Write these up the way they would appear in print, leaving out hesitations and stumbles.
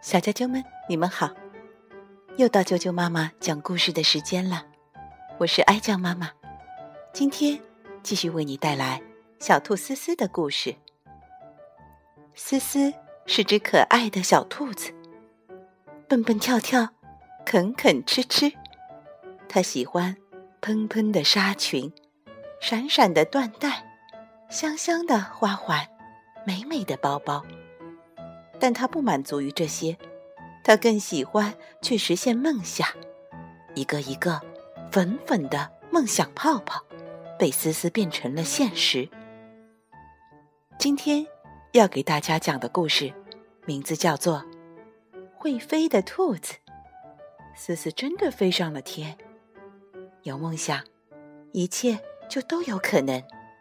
小啾啾们，你们好！又到啾啾妈妈讲故事的时间了，我是哀酱妈妈。今天继续为你带来小兔思思的故事。思思是只可爱的小兔子，蹦蹦跳跳，啃啃吃吃。它喜欢蓬蓬的纱裙，闪闪的缎带，香香的花环，美美的包包。但他不满足于这些，他更喜欢去实现梦想。一个一个粉粉的梦想泡泡被思思变成了现实。今天要给大家讲的故事名字叫做会飞的兔子。思思真的飞上了天。有梦想，一切就都有可能。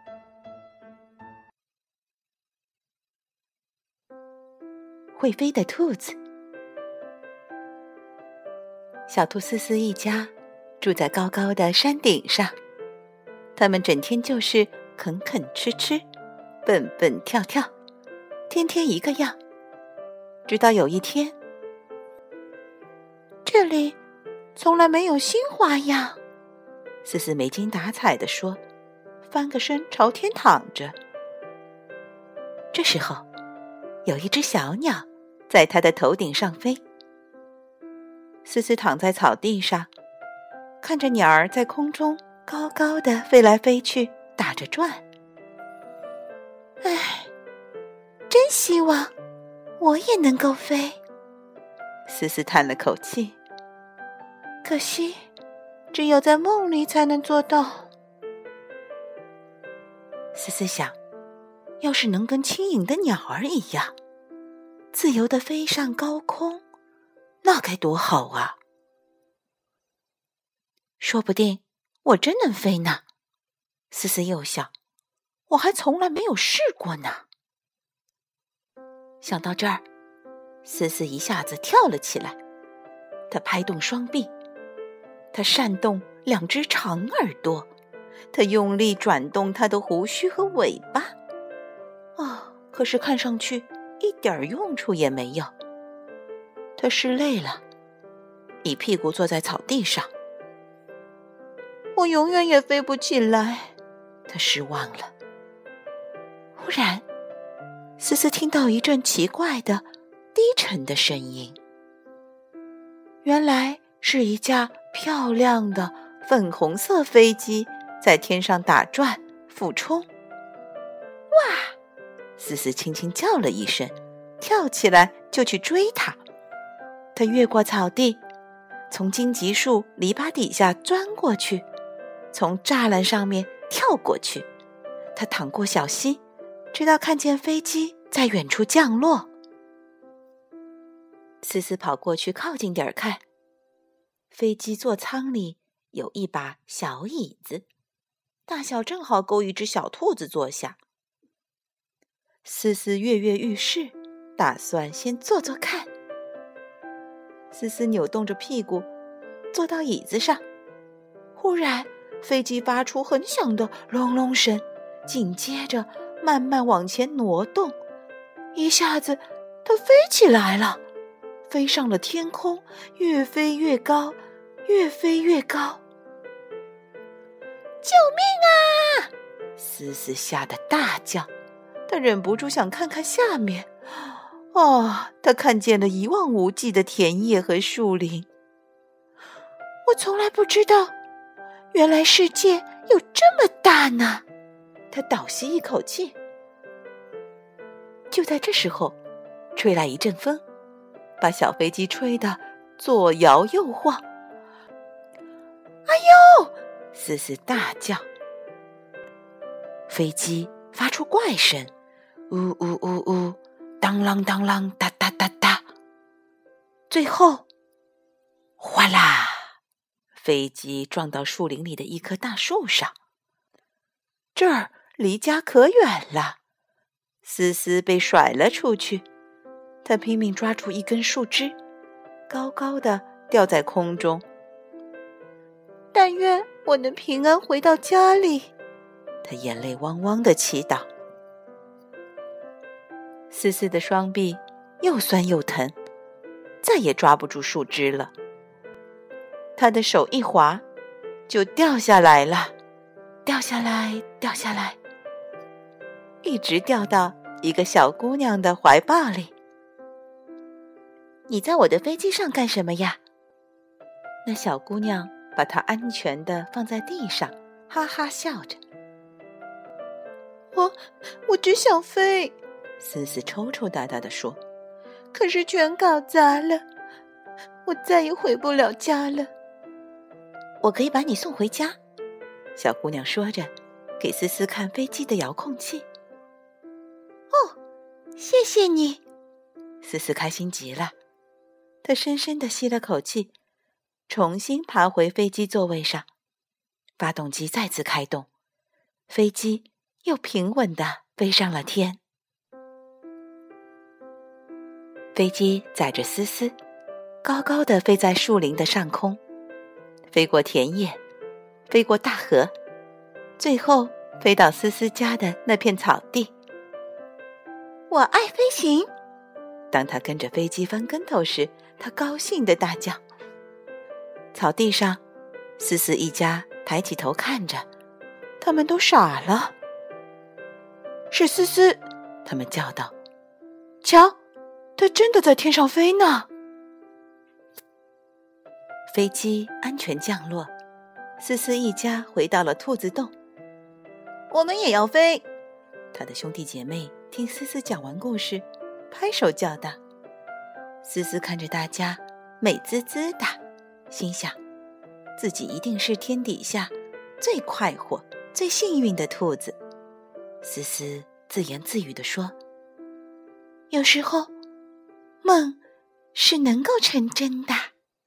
会飞的兔子。小兔思思一家住在高高的山顶上，他们整天就是啃啃吃吃，蹦蹦跳跳，天天一个样。直到有一天，这里从来没有新花样，思思没精打采地说，翻个身朝天躺着。这时候有一只小鸟在它的头顶上飞。思思躺在草地上，看着鸟儿在空中高高的飞来飞去，打着转。唉，真希望我也能够飞。思思叹了口气，可惜只有在梦里才能做到。思思想，要是能跟轻盈的鸟儿一样，自由地飞上高空，那该多好啊！说不定我真能飞呢。思思又想，我还从来没有试过呢。想到这儿，思思一下子跳了起来。她拍动双臂，她扇动两只长耳朵，她用力转动她的胡须和尾巴。可是看上去一点用处也没有。他失累了，一屁股坐在草地上。我永远也飞不起来，他失望了。忽然，思思听到一阵奇怪的低沉的声音。原来是一架漂亮的粉红色飞机在天上打转俯冲。哇！思思轻轻叫了一声，跳起来就去追它。他越过草地，从荆棘树篱笆底下钻过去，从栅栏上面跳过去。他淌过小溪，直到看见飞机在远处降落。思思跑过去靠近点看，飞机座舱里有一把小椅子，大小正好够一只小兔子坐下。思思跃跃欲试，打算先坐坐看。思思扭动着屁股坐到椅子上，忽然飞机发出很响的隆隆声，紧接着慢慢往前挪动，一下子它飞起来了，飞上了天空，越飞越高，越飞越高。救命啊！思思吓得大叫，他忍不住想看看下面。他看见了一望无际的田野和树林。我从来不知道，原来世界有这么大呢。他倒吸一口气。就在这时候，吹来一阵风，把小飞机吹得左摇右晃。哎呦！思思大叫。飞机发出怪声，呜呜呜呜，当啷当啷，哒哒哒哒。最后，哗啦，飞机撞到树林里的一棵大树上。这儿离家可远了，思思被甩了出去。她拼命抓住一根树枝，高高的吊在空中。但愿我能平安回到家里，她眼泪汪汪地祈祷。思思的双臂又酸又疼， 再也抓不住树枝了。他的手一滑，就掉下来了，掉下来，掉下来，一直掉到一个小姑娘的怀抱里。你在我的飞机上干什么呀？那小姑娘把它安全地放在地上，哈哈笑着。我只想飞，思思抽抽搭搭地说，可是全搞砸了，我再也回不了家了。我可以把你送回家，小姑娘说着，给思思看飞机的遥控器。哦，谢谢你，思思开心极了。她深深地吸了口气，重新爬回飞机座位上，发动机再次开动，飞机又平稳地飞上了天。飞机载着思思，高高地飞在树林的上空，飞过田野，飞过大河，最后飞到思思家的那片草地。我爱飞行！当他跟着飞机翻跟头时，他高兴地大叫。草地上，思思一家抬起头看着，他们都傻了。是思思，他们叫道，瞧，它真的在天上飞呢。飞机安全降落，思思一家回到了兔子洞。我们也要飞！他的兄弟姐妹听思思讲完故事，拍手叫道。思思看着大家，美滋滋的，心想，自己一定是天底下最快活、最幸运的兔子。思思自言自语地说，有时候，梦是能够成真的。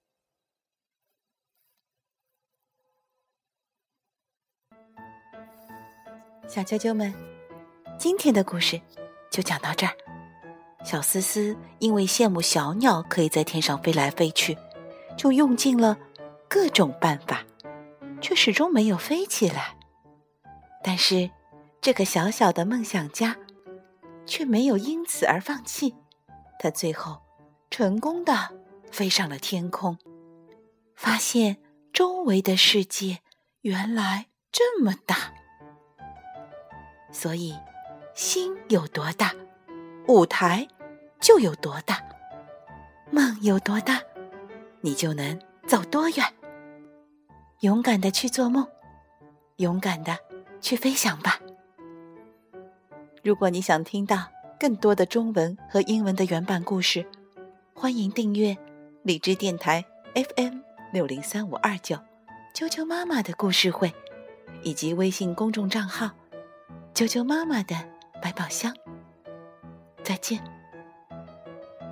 小啾啾们，今天的故事就讲到这儿。小思思因为羡慕小鸟可以在天上飞来飞去，就用尽了各种办法，却始终没有飞起来。但是这个小小的梦想家却没有因此而放弃，他最后成功地飞上了天空，发现周围的世界原来这么大。所以心有多大，舞台就有多大，梦有多大，你就能走多远。勇敢地去做梦，勇敢地去飞翔吧。如果你想听到更多的中文和英文的原版故事，欢迎订阅荔枝电台 FM603529啾啾妈妈的故事会，以及微信公众账号啾啾妈妈的百宝箱。再见。